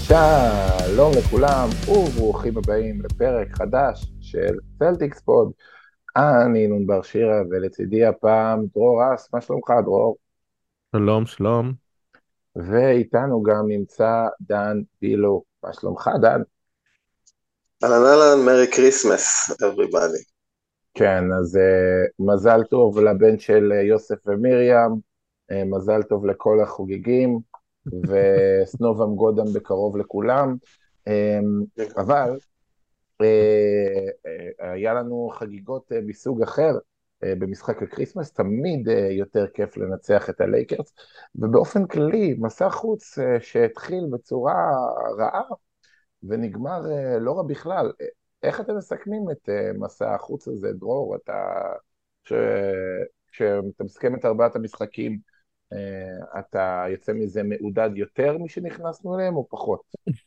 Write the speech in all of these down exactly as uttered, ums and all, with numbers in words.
שלום לכולם וברוכים הבאים לפרק חדש של צלטיקס פוד. אני נון בר שירה ולצידי הפעם דרור אס. מה שלומך דרור? שלום, שלום. ואיתנו גם נמצא דן בילו. מה שלומך דן? אהלן אהלן, מרי כריסמס, everybody. כן, אז uh, מזל טוב לבן של uh, יוסף ומיריam, uh, מזל טוב לכל החוגגים, וסנובם גודם בקרוב לכולם. um, אבל אה, אה, היה לנו חגיגות אה, מסוג אחר אה, במשחק הקריסמס. תמיד אה, יותר כיף לנצח את הלייקרס, ובאופן כללי מסע חוץ אה, שהתחיל בצורה רעה ונגמר אה, לא רע בכלל. אה, איך אתם מסכמים את אה, מסע החוץ הזה, דרור? אתה, ש- כשאתה מסכם את ארבעת המשחקים, אה, אתה יוצא מזה מעודד יותר משנכנסנו אליהם או פחות?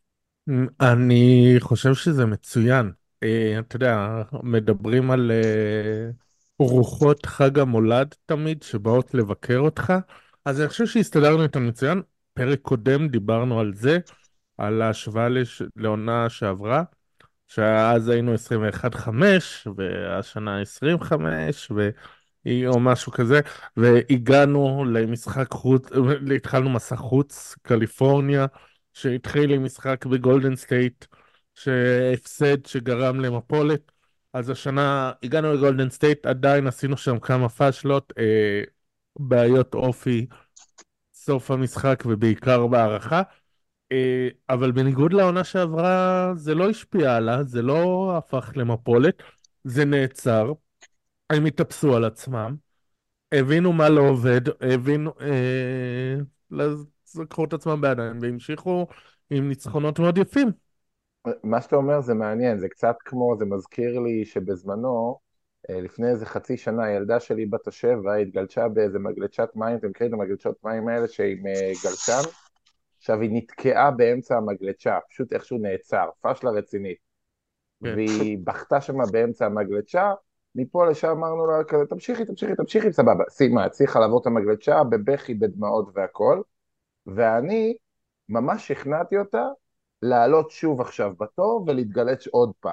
אני חושב שזה מצוין. אה, אתה יודע, מדברים על אה, רוחות חג המולד תמיד שבאות לבקר אותך, אז אני חושב שהסתדרנו איתם מצוין. פרק קודם דיברנו על זה, על ההשוואה לש... לעונה שעברה, שאז היינו עשרים ואחת חמש, והשנה עשרים וחמש, ו... או משהו כזה, והגענו למשחק חוץ, התחלנו מסע חוץ, קליפורניה, שהתחיל עם משחק בגולדן סטייט, שהפסד שגרם למפולת. אז השנה הגענו לגולדן סטייט, עדיין עשינו שם כמה פאשלות, אה, בעיות אופי, סוף המשחק ובעיקר בהערכה. אה, אבל בניגוד לעונה שעברה, זה לא השפיע עלה, זה לא הפך למפולת, זה נעצר, הם התאפסו על עצמם, הבינו מה לא עובד, הבינו, אה, אז לקחו את עצמם בידיים והמשיכו עם ניצחונות מאוד יפים. מה שאתה אומר זה מעניין, זה קצת כמו, זה מזכיר לי שבזמנו, אה, לפני איזה חצי שנה, הילדה שלי בת השבע התגלשה באיזה מגלשת מים. אתם מכירים את המגלשות מים האלה שעם אה, גלשן? עכשיו היא נתקעה באמצע המגלשה, פשוט איכשהו נעצר, פשלה רצינית, כן. והיא בכתה שמה באמצע המגלשה. מפה לשם אמרנו לה כזה, תמשיכי, תמשיכי, תמשיכי, סבבה, סיימה, הצליחה לעבור את המגלשה בבכי, בדמעות והכל, ואני ממש שכנעתי אותה לעלות שוב עכשיו בתור ולהתגלש עוד פעם.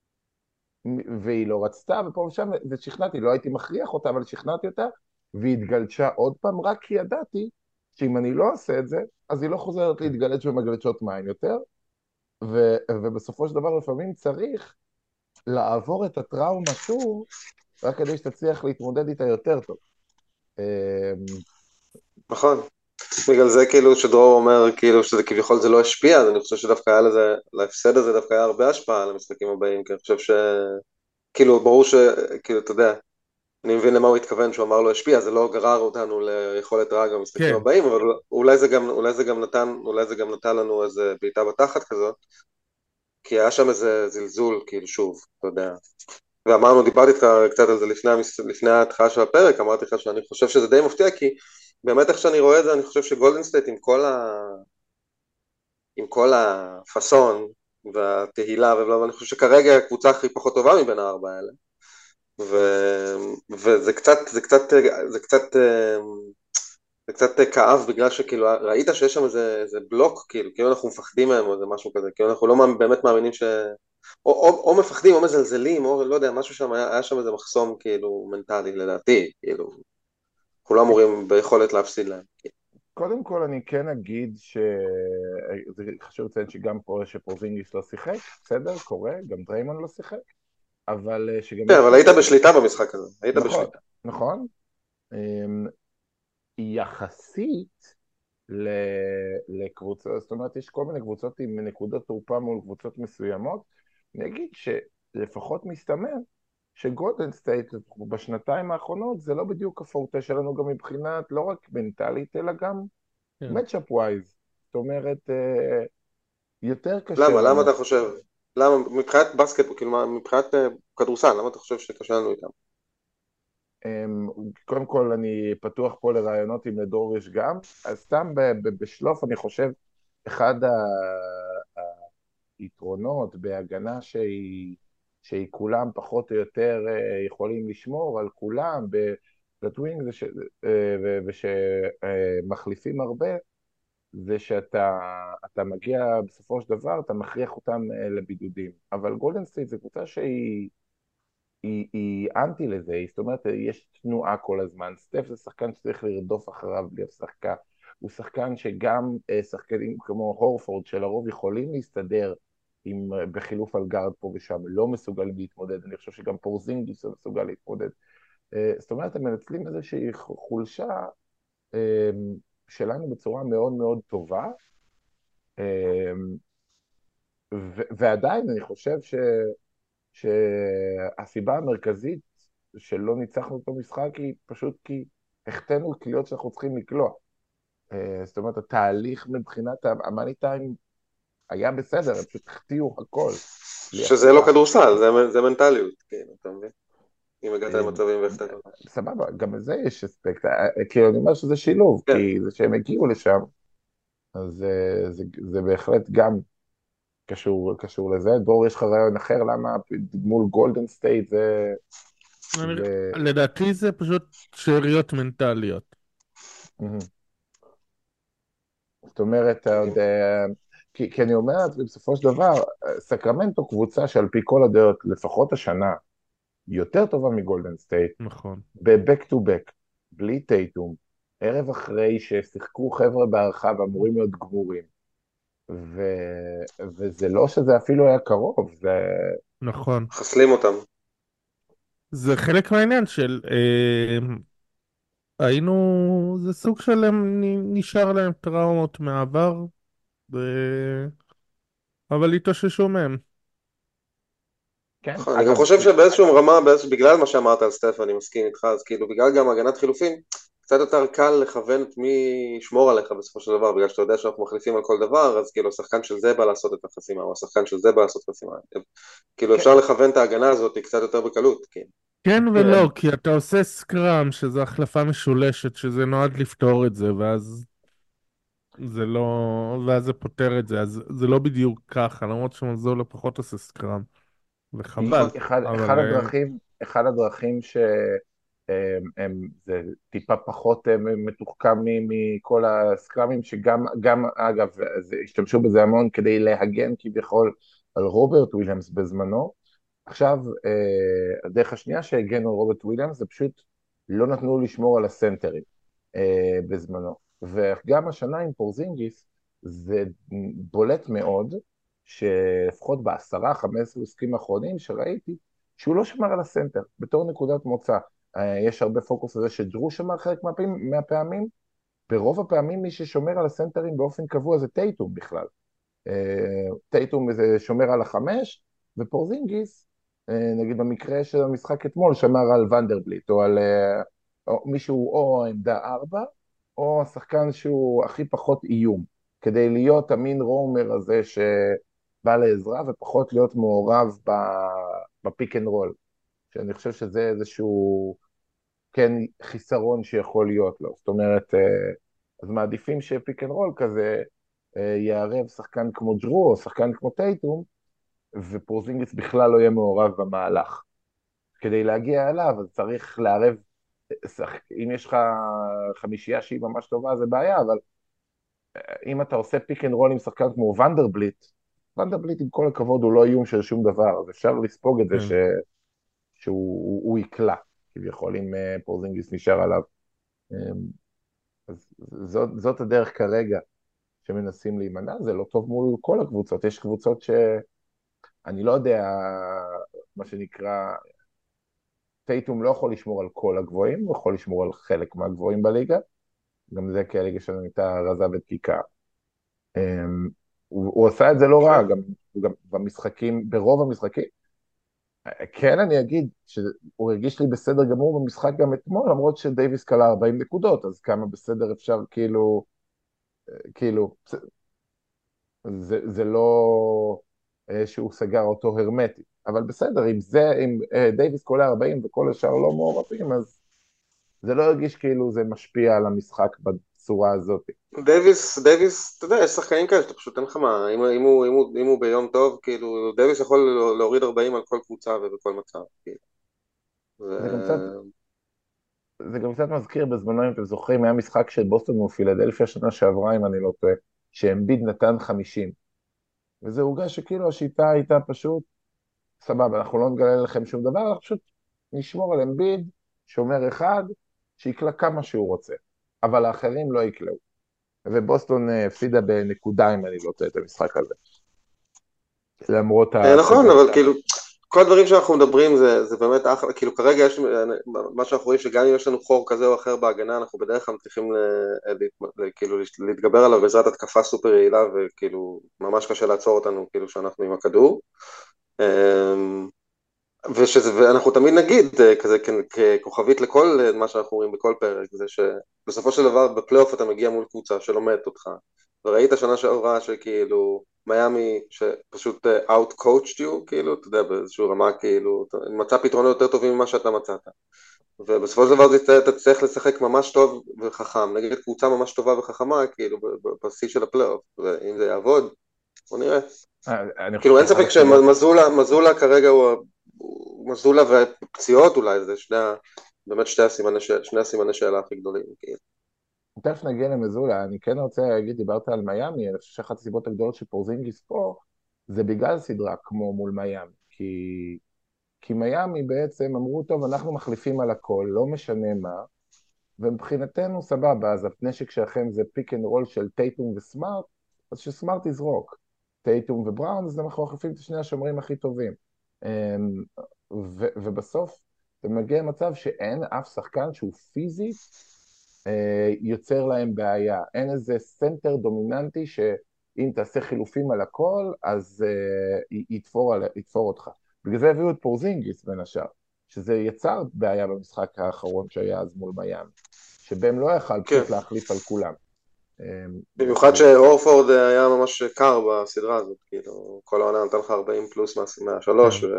והיא לא רצתה, ופה ושם, ושכנעתי, לא הייתי מכריח אותה, אבל שכנעתי אותה, והיא התגלשה עוד פעם, רק כי ידעתי שאם אני לא אעשה את זה, אז היא לא חוזרת להתגלש במגלשות מים יותר, ו, ובסופו של דבר לפעמים צריך לעבור את הטראומה שוב, רק כדי שתצליח להתמודד איתה יותר טוב. אמ, נכון. בגלל זה כאילו שדרור אומר כאילו שזה כביכול זה לא השפיע, אז אני חושב שדווקא היה לזה, להפסד הזה דווקא היה הרבה השפעה על המשחקים הבאים, כי אני חושב ש... כאילו ברור ש... כאילו אתה יודע, אני מבין למה הוא התכוון שהוא אמר לא השפיע, זה לא גרר אותנו ליכולת רעה גם במשחקים כן. הבאים, אבל אולי זה גם, אולי זה גם נתן, אולי זה גם נתן לנו איזה בעיטה בתחת כזאת, כי היה שם איזה זלזול כאילו שוב, אתה יודע. ואמרנו, דיברתי איתך קצת על זה לפני, המס... לפני ההתחלה של הפרק, אמרתי לך שאני חושב שזה די מפתיע, כי באמת איך שאני רואה את זה, אני חושב שגולדן סטייט עם כל, ה... עם כל הפאסון והתהילה, ואני חושב שכרגע הקבוצה הכי פחות טובה מבין הארבע האלה, ו... וזה קצת, זה קצת, זה קצת, זה קצת כאב, בגלל שכאילו ראית שיש שם איזה, איזה בלוק, כאילו, כאילו אנחנו מפחדים מהם או איזה משהו כזה, כאילו אנחנו לא באמת מאמינים ש... או, או, או מפחדים, או מזלזלים, או לא יודע, משהו שם, היה, היה שם איזה מחסום כאילו מנטלי, לדעתי, כאילו, אנחנו לא אמורים ביכולת להפסיד להם. קודם כל אני כן אגיד ש... זה חשוב לציין שגם פה שפורזינגיס לא שיחק, בסדר, קורה, גם דריימון לא שיחק, אבל אה, שגם כן, יש אבל פה... היית בשליטה במשחק הזה, היית נכון, בשליטה. נכון. אמ, יחסית ל... לקבוצות, זאת אומרת, יש כל מיני קבוצות עם נקודות תורפה מול קבוצות מסוימות. אני אגיד שלפחות מסתמן שגולדן סטייט בשנתיים האחרונות זה לא בדיוק הפורטה שלנו, גם מבחינת לא רק מנטלית אלא גם כן. מצ'אפ ווייז. זאת אומרת, אה, יותר קשה למה? למה לנו. אתה חושב? למה? מבחינת בסקט, כאילו, מה- מבחינת אה, כדורסל, למה אתה חושב שקשה לנו איתם? אמ, קודם כל אני פתוח פה לרעיונות אם לדור יש גם, אז סתם ב- ב- בשלוף אני חושב אחד ה- היתרונות בהגנה שהיא, שהיא כולם פחות או יותר אה, יכולים לשמור על כולם בפלטווינג ושמחליפים הרבה, זה שאתה אתה מגיע בסופו של דבר, אתה מכריח אותם אה, לבידודים. אבל גולדן סטייט זו קבוצה שהיא היא, היא אנטי לזה, זאת אומרת, יש תנועה כל הזמן. סטף זה שחקן שצריך לרדוף אחריו בלי הפסקה. הוא שחקן שגם אה, שחקנים כמו הורפורד, שלרוב יכולים להסתדר עם, אה, בחילוף על גארד פה ושם, לא מסוגלים להתמודד. אני חושב שגם פורזינגיס לא מסוגל להתמודד. אה, זאת אומרת, הם מנצלים איזושהי חולשה אה, שלנו בצורה מאוד מאוד טובה, אה, ו- ועדיין אני חושב ש... שהסיבה המרכזית שלא ניצחנו את המשחק היא פשוט כי החטאנו קליעות שאנחנו צריכים לקלוע. אה, זאת אומרת, התהליך מבחינת המאני טיים היה בסדר, הם פשוט החטיאו הכל, בלי שזה לא הפסקה. כדורסל, זה, זה מנטליות, כן, אתה מבין? אם הגעת אה, למצבים והחטאת. סבבה, גם לזה יש אספקט, אה, אה, כאילו אני אומר שזה שילוב, כן, כי זה שהם הגיעו לשם, אז אה, זה, זה בהחלט גם קשור, קשור לזה. דור, יש לך רעיון אחר למה מול גולדן סטייט זה... אני- זה... לדעתי זה פשוט שאריות מנטליות. מהמם. זאת אומרת, אתה מדהים. יודע, כי, כי אני אומר לעצמי, בסופו של דבר, סקרמנטו קבוצה שעל פי כל הדעות, לפחות השנה, יותר טובה מגולדן סטייט, נכון. ב-back to back, בלי טייטום, ערב אחרי ששיחקו חבר'ה בהערכה ואמורים להיות גמורים, ו... וזה לא שזה אפילו היה קרוב, זה... נכון. חסלים אותם. זה חלק מהעניין של אה, היינו, זה סוג של הם נ- נשאר להם טראומות מהעבר, ו... אבל התאוששו מהם. כן, נכון, אני גם אגב, חושב שבאיזשהו רמה, באיזשהו, בגלל מה שאמרת על סטף, אני מסכים איתך, אז כאילו בגלל גם הגנת חילופים, קצת יותר קל לכוון את מי ישמור עליך בסופו של דבר, בגלל שאתה יודע שאנחנו מחליפים על כל דבר, אז כאילו השחקן של זה בא לעשות את החסימה, או השחקן של זה בא לעשות חסימה. כאילו כן, אפשר לכוון את ההגנה הזאת קצת יותר בקלות, כן. כן תראה, ולא, כי אתה עושה סקראם, שזה החלפה משולשת, שזה נועד לפתור את זה, ואז זה לא, ואז זה פותר את זה, אז זה לא בדיוק ככה, למרות שמזול פחות עושה סקראם, וחבל, אחד, אחד אבל אה, הדרכים, אחד הדרכים שהם, הם, זה טיפה פחות אה, מתוחכם מ- מכל הסקראמים, שגם, גם, אגב, זה, השתמשו בזה המון כדי להגן כביכול על רוברט וויליאמס בזמנו. עכשיו, אה, הדרך השנייה שהגנו על רוברט וויליאמס, זה פשוט לא נתנו לשמור על הסנטרים אה, בזמנו. וגם השנה עם פורזינגיס, זה בולט מאוד, שלפחות בעשרה, חמש עשרה עסקים האחרונים שראיתי, שהוא לא שמר על הסנטר, בתור נקודת מוצא. אה, יש הרבה פוקוס על זה שדרו שמר חלק מהפעמים, מהפעמים, ברוב הפעמים מי ששומר על הסנטרים באופן קבוע זה טייטום בכלל. אה, טייטום זה שומר על החמש, ופורזינגיס, אה, נגיד במקרה של המשחק אתמול, שמר על ונדרבליט, או על אה, או מישהו או עמדה ארבע, או השחקן שהוא הכי פחות איום, כדי להיות המין רומר הזה שבא לעזרה, ופחות להיות מעורב בפיק אנד רול, שאני חושב שזה איזשהו, כן, חיסרון שיכול להיות לו. זאת אומרת, אה, אז מעדיפים שפיק אנד רול כזה אה, יערב שחקן כמו ג'רו או שחקן כמו טייטום, ופורזינגיס בכלל לא יהיה מעורב במהלך. כדי להגיע אליו, אז צריך לערב, שח- אם יש לך חמישייה שהיא ממש טובה, זה בעיה, אבל אם אתה עושה פיק אנד רול עם שחקן כמו ונדרבליט, ונדרבליט עם כל הכבוד הוא לא איום של שום דבר, אז אפשר לספוג את זה ש... כן. שהוא הוא, הוא יקלע, כביכול, אם אה, פורזינגיס נשאר עליו. אה, אז זאת, זאת הדרך כרגע שמנסים להימנע, זה לא טוב מול כל הקבוצות, יש קבוצות שאני לא יודע, מה שנקרא, טייטום לא יכול לשמור על כל הגבוהים, הוא יכול לשמור על חלק מהגבוהים בליגה, גם זה כי הליגה שלנו הייתה רזה ודקיקה. אמ, הוא, הוא עשה את זה לא רע, כן. גם, גם במשחקים, ברוב המשחקים. כן, אני אגיד שהוא הרגיש לי בסדר גמור במשחק גם אתמול, למרות שדייוויס קלה ארבעים נקודות, אז כמה בסדר אפשר כאילו, כאילו, זה, זה לא אה, שהוא סגר אותו הרמטית, אבל בסדר, אם זה, אם אה, דייוויס קולה ארבעים וכל השאר לא מעורבים, אז זה לא הרגיש כאילו זה משפיע על המשחק בצורה הזאת. דייוויס, דייוויס, אתה יודע, יש שחקנים כאלה שאתה פשוט אין לך מה, אם, אם, הוא, אם, הוא, אם הוא ביום טוב, כאילו, דייוויס יכול להוריד ארבעים על כל קבוצה ובכל מצב, כאילו. ו... זה גם קצת, זה גם קצת מזכיר בזמנו, אם אתם זוכרים, היה משחק של בוסטון ופילדלפיה שנה שעברה, אם אני לא טועה, שאמביד נתן חמישים. וזה הורגש שכאילו השיטה הייתה פשוט, סבבה, אנחנו לא נגלה לכם שום דבר, אנחנו פשוט נשמור על אמביד, שומר אחד, שיקלע כמה שהוא רוצה, אבל האחרים לא יקלעו. ובוסטון אה, הפסידה בנקודה, אם אני לא טועה, את המשחק הזה. למרות אה, נכון, ההצגה. אבל כאילו, כל הדברים שאנחנו מדברים זה, זה באמת אחלה, כאילו כרגע יש, מה שאנחנו רואים שגם אם יש לנו חור כזה או אחר בהגנה, אנחנו בדרך כלל מצליחים ל, ל, כאילו להתגבר עליו בעזרת התקפה סופר יעילה, וכאילו ממש קשה לעצור אותנו, כאילו שאנחנו עם הכדור. אמ, ושזה, ואנחנו תמיד נגיד, אה, כזה כ- ככוכבית לכל אה, מה שאנחנו רואים בכל פרק, זה שבסופו של דבר בפלייאוף אתה מגיע מול קבוצה שלומדת אותך, וראית שנה שעברה שכאילו מיאמי שפשוט אה, out coached you, כאילו, אתה יודע, באיזשהו רמה כאילו, אתה מצא פתרונות יותר טובים ממה שאתה מצאת, ובסופו של דבר זה אתה תצטרך לשחק ממש טוב וחכם, נגד קבוצה ממש טובה וחכמה, כאילו, ב- ב- בשיא של הפלייאוף, ואם זה יעבוד, בוא נראה. אה, אני חושב כאילו אין שאחת ספק הסיבות, שמזולה מזולה כרגע הוא, הוא מזולה ופציעות אולי, זה שני, באמת שני הסימני, ש- שני הסימני שאלה הכי גדולים. כאילו. תכף נגיע למזולה, אני כן רוצה להגיד, דיברת על מיאמי, אני חושב שאחת הסיבות הגדולות של פורזינגיס פה, זה בגלל סדרה כמו מול מיאמי, כי, כי מיאמי בעצם אמרו, טוב, אנחנו מחליפים על הכל, לא משנה מה, ומבחינתנו סבבה, אז הנשק שלכם זה פיק אנד רול של טייטום וסמארט, אז שסמארט יזרוק. טייטום ובראון, אז אנחנו מחליפים את שני השומרים הכי טובים. אמ, ו- ובסוף זה מגיע למצב שאין אף שחקן שהוא פיזית אה, יוצר להם בעיה. אין איזה סנטר דומיננטי שאם תעשה חילופים על הכל, אז אה, י- יתפור, על, יתפור אותך. בגלל זה הביאו את פורזינגיס בין השאר, שזה יצר בעיה במשחק האחרון שהיה אז מול מיאמי, שבהם לא יכל כן, פשוט להחליף על כולם. אה, במיוחד ו- שאורפורד היה ממש קר בסדרה הזאת, כאילו כל העונה נתן לך ארבעים פלוס מה- מהשלוש, כן.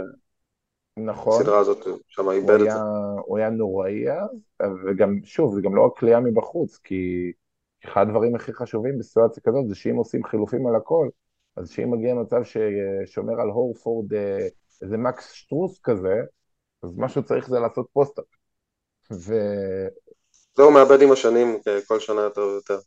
נכון, והסדרה הזאת שם הוא איבד את היה, זה. הוא היה נוראי אז, וגם, שוב, זה גם לא רק כליאה מבחוץ, כי אחד הדברים הכי חשובים בסיטואציה כזאת זה שאם עושים חילופים על הכל, אז שאם מגיע מצב ששומר על הורפורד אה, איזה מקס שטרוס כזה, אז מה שהוא צריך זה לעשות פוסט-אפ. ובסדר, זהו, מאבד עם השנים כל שנה יותר ויותר,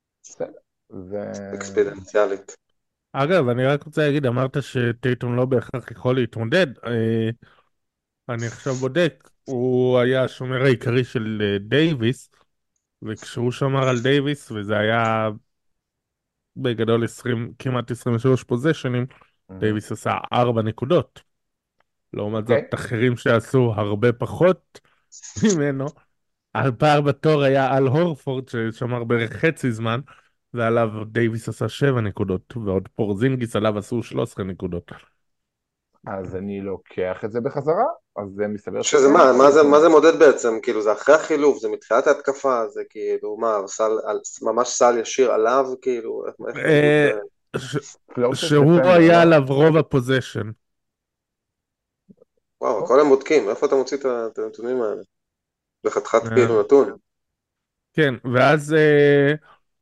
ו... אקספידנציאלית. אגב, אני רק רוצה להגיד, אמרת שטייטום לא בהכרח יכול להתמודד. אה, אני עכשיו בודק, הוא היה השומר העיקרי של אה, דייוויס, וכשהוא שמר על דייוויס, וזה היה בגדול עשרים, כמעט עשרים ושלוש פוזיישנים, דייוויס עשה ארבע נקודות. לעומת אוקיי, זאת, אחרים שעשו הרבה פחות ממנו, הפער בתור היה על הורפורד ששמר בערך חצי זמן, ועליו דייוויס עשה שבע נקודות, ועוד פורזינגיס עליו עשו שלוש עשרה נקודות. אז אני לוקח את זה בחזרה, אז זה מסתבר שזה שכן מה, יכול מה זה, מה להתמודד. זה מודד בעצם? כאילו זה אחרי החילוף, זה מתחילת ההתקפה, זה כאילו מה, סל, על, ממש סל ישיר עליו, כאילו, איך, איך בדיוק אה, זה? ש- קלוסט שהוא דפנדר, היה לא? עליו רוב הפוזיישן. וואו, אוקיי. הכל הם בודקים, איפה אתה מוציא את ה- את הנתונים האלה? זה חתיכת אה, כאילו נתון. כן, ואז, אה,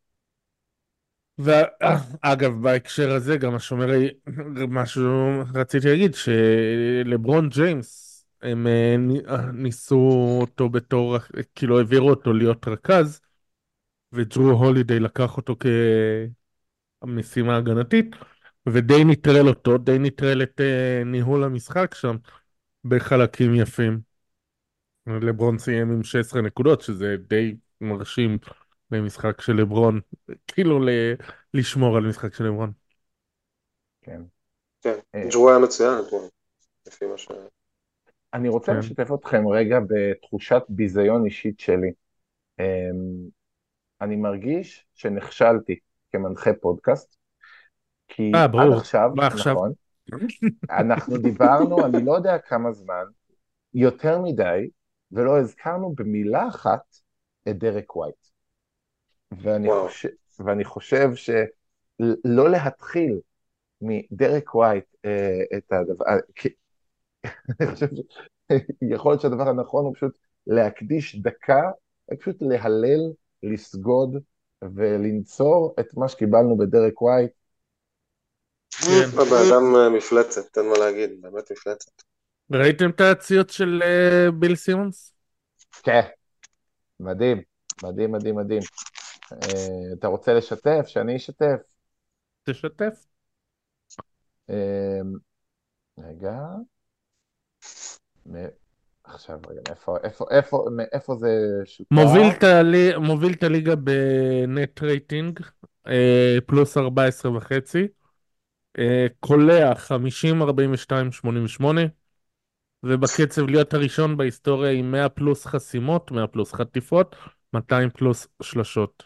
ואגב, בהקשר הזה גם השומר, משהו רציתי להגיד, שלברון ג'יימס, הם אה, נ- אה, ניסו אותו בתור, כאילו העבירו אותו להיות רכז, וג'רו הולידיי לקח אותו כמשימה הגנתית, ודי נטרל אותו, די נטרל את אה, ניהול המשחק שם בחלקים יפים. לברון סיים עם שש עשרה נקודות, שזה די מרשים למשחק של לברון, כאילו ל... לשמור על משחק של לברון. כן. כן, אה, ג'רו היה מצוין אתמול, לפי מה ש... אני רוצה כן. לשתף אתכם רגע בתחושת ביזיון אישית שלי. אמ, אני מרגיש שנכשלתי כמנחה פודקאסט, כי אה, עד ברור. עכשיו, מה עכשיו? נכון, אנחנו דיברנו, אני לא יודע כמה זמן, יותר מדי, ולא הזכרנו במילה אחת את דרק ווייט. ואני וואו. חושב, ואני חושב שלא להתחיל מדרק ווייט אה, את הדבר, אה, כי אני חושב שיכול להיות שהדבר הנכון הוא פשוט להקדיש דקה, פשוט להלל, לסגוד ולנצור את מה שקיבלנו בדרק ווייט. כן. הבן אדם אה, מפלצת, אין מה להגיד, באמת מפלצת. ראיתם את הציוץ של אה, ביל סימונס? כן, מדהים, מדהים, מדהים, מדהים. אה, אתה רוצה לשתף? שאני אשתף? תשתף. אה, רגע, מ- עכשיו, רגע, איפה, איפה, איפה, מאיפה זה מוביל שותף? את הלי- מוביל את הליגה בנט רייטינג, אה, פלוס ארבע עשרה וחצי, אה, קולע חמישים ארבעים ושתיים שמונים ושמונה, ובקצב להיות הראשון בהיסטוריה עם מאה פלוס חסימות, מאה פלוס חטיפות, מאתיים פלוס שלשות.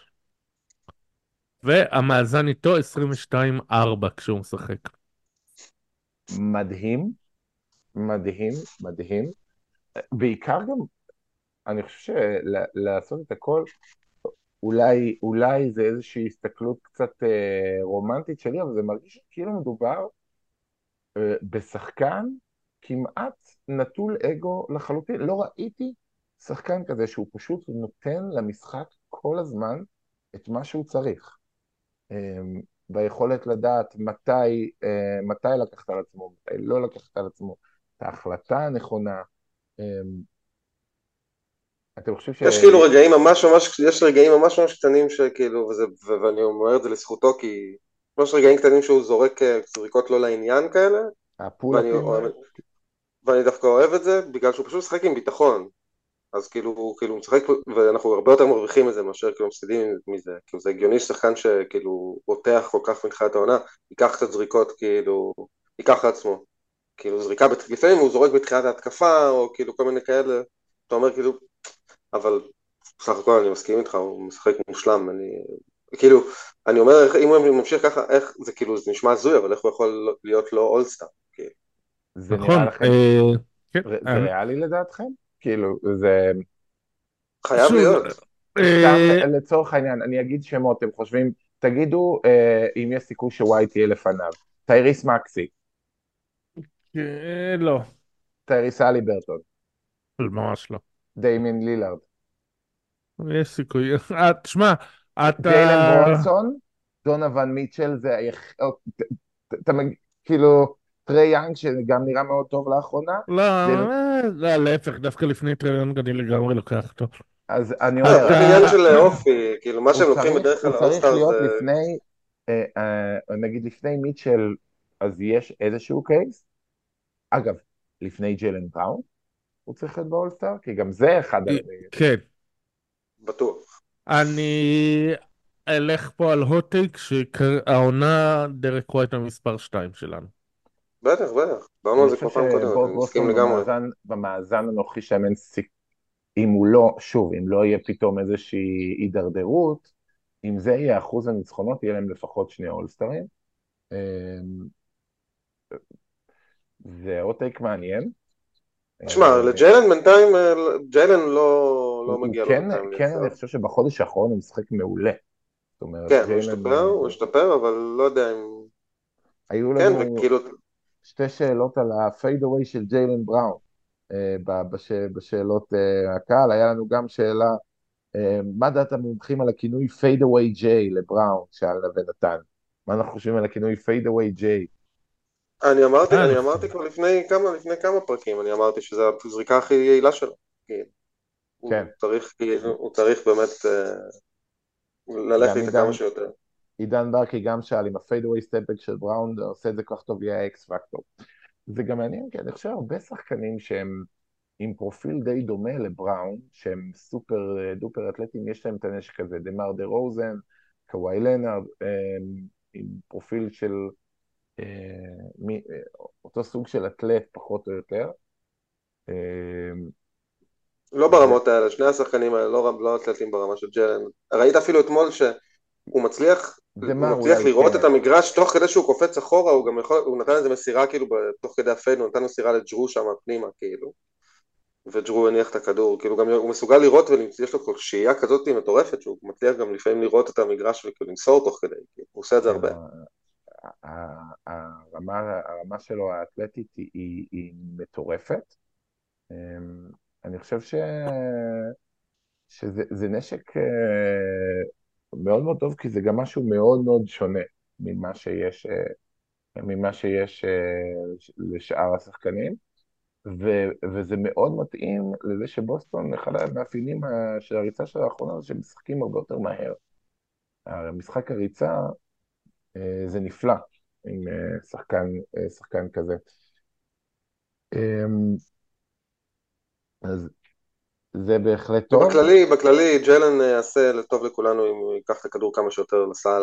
והמאזן איתו עשרים ושתיים ארבע כשהוא משחק. מדהים, מדהים, מדהים. בעיקר גם, אני חושב שלעשות את הכל, אולי, אולי זה איזושהי הסתכלות קצת אה, רומנטית שלי, אבל זה מרגיש כאילו מדובר אה, בשחקן כמעט נטול אגו לחלוטין. לא ראיתי שחקן כזה שהוא פשוט נותן למשחק כל הזמן את מה שהוא צריך. אה, ביכולת לדעת מתי, אה, מתי לקחת על עצמו, מתי לא לקחת על עצמו, את ההחלטה הנכונה. אה, אתם חושבים ש... יש כאילו רגעים ממש ממש, יש רגעים ממש ממש קטנים שכאילו, וזה, ו- ואני אומר את זה לזכותו, כי יש רגעים קטנים שהוא זורק אה, זריקות לא לעניין כאלה, ואני, הפולאפים האלה? ואני דווקא אוהב את זה, בגלל שהוא פשוט משחק עם ביטחון. אז כאילו, הוא כאילו משחק, ואנחנו הרבה יותר מרוויחים מזה מאשר כאילו מפסידים מזה. כאילו זה הגיוני ששחקן שכאילו רותח כל כך מתחילת העונה, ייקח קצת זריקות, כאילו, ייקח לעצמו. כאילו זריקה, בת- לפעמים הוא זורק בתחילת ההתקפה, או כאילו כל מיני כאלה, אתה אומר כאילו, אבל בסך הכל אני מסכים איתך, הוא משחק מושלם, אני, כאילו, אני אומר, איך- אם הוא ממשיך ככה, איך, זה כאילו, זה נשמע הזוי, אבל איך הוא יכול להיות לא אולסטאר, כאילו, זה נראה נכון. לכם, אה, כן. זה ריאלי לדעתכם? כאילו, זה... חייב שוב, להיות. סתם אה, לצורך העניין, אני אגיד שמות, אתם חושבים, תגידו אה, אם יש סיכוי שווייט תהיה לפניו. טייריס מקסי, אה, לא, טייריס אלי ברטון, ממש לא. דיימין לילארד, יש סיכוי. אה, תשמע, ג'יילן אתה... ברונסון, דונוvan מיטשל, זה היח... או, ת- ת- אתה מג- כאילו, טרי יאנג שגם נראה מאוד טוב לאחרונה, לא, ג'יילן... אה, לא, להפך, דווקא לפני טריליון אני לגמרי לוקח אותו. אז אני זה אומר, רק אתה... עניין של אופי, כאילו, מה הוא שהם לוקחים צריך, בדרך הוא כלל צריך האולסטאר להיות זה, לפני, אה, אה, נגיד לפני מיטשל, אז יש איזשהו קייס. אגב, לפני ג'יילן בראון, הוא צריך להיות באולסטאר, כי גם זה אחד ה... כן, בטוח. אני אלך פה על הוטייק שהעונה דרק ווייט המספר שתיים שלנו. בטח, בטח. דיברנו על אני זה חושב כבר פעם קודמת, אני מסכים שבוסטון לגמרי. במאזן, במאזן הנוכחי שם אין סיכוי, אם הוא לא, שוב, אם לא יהיה פתאום איזושהי הידרדרות, אם זה יהיה אחוז הניצחונות, יהיה להם לפחות שני אולסטרים. אמ, זה עוד טייק מעניין. תשמע, אה, לג'יילן בינתיים, אה, ג'יילן לא, לא הוא, הוא מגיע לו כן, בינתיים כן, אני לעשר. חושב שבחודש האחרון הוא משחק מעולה. זאת אומרת, כן, הוא ג'יילן, השתפר, הוא אה, השתפר, אבל לא יודע אם... היו כן, לנו וכאילו, שתי שאלות על הפייד אווי של ג'יילן בראון. אה, ב- בש, בשאלות אה, הקהל, היה לנו גם שאלה, אה, מה דעת המומחים על הכינוי פייד אווי ג'יי לבראון, שאלנה ונתן. מה אנחנו חושבים על הכינוי פייד אווי ג'יי? אני אמרתי, אה, אני אני חושב. אמרתי כבר לפני כמה, לפני כמה פרקים, אני אמרתי שזו הזריקה הכי יעילה שלו. כאילו, כן, הוא צריך, כאילו, הוא צריך באמת אה, ללכת גם איתה כמה עידן, שיותר. עידן ברקי גם שאל אם הפייד אווי סטפבק של בראון עושה את זה כל כך טוב, יהיה האקס פקטור. זה גם מעניין, כי אני חושב הרבה שחקנים שהם עם פרופיל די דומה לבראון, שהם סופר אה, דופר אתלטים, יש להם את הנשק הזה, דמר דה רוזן, קוואי לנארד, אה, עם פרופיל של אה, מי, אה, אותו סוג של אתלט פחות או יותר. אה, לא ו... ברמות האלה, שני השחקנים האלה לא, לא אתלטים ברמה של ג'לן. ראית אפילו אתמול שהוא מצליח, דמר הוא מצליח אולי לראות את כן, המגרש תוך כדי שהוא קופץ אחורה, הוא גם יכול, הוא נתן איזה מסירה כאילו תוך כדי הפייד, הוא נתן מסירה לג'רו שם פנימה כאילו, וג'רו הניח את הכדור, כאילו גם הוא מסוגל לראות ויש לו כל שהייה כזאת מטורפת, שהוא מצליח גם לפעמים לראות את המגרש וכאילו למסור תוך כדי, כאילו, הוא עושה את זה כן, הרבה. ה- ה- הרמה, הרמה שלו האתלטית היא, היא, היא מטורפת. אה, אני חושב ש... שזה זה נשק אה, מאוד מאוד טוב, כי זה גם משהו מאוד מאוד שונה ממה שיש, אה, ממה שיש אה, לשאר השחקנים. ו- וזה מאוד מתאים לזה שבוסטון, אחד המאפיינים ה- של הריצה של האחרונה זה שהם משחקים הרבה יותר מהר. המשחק הריצה אה, זה נפלא עם אה, שחקן, אה, שחקן כזה. אמ, אז זה בהחלט טוב. ובכללי, בכללי, ג'יילן אה, יעשה טוב לכולנו אם הוא ייקח את הכדור כמה שיותר לסל,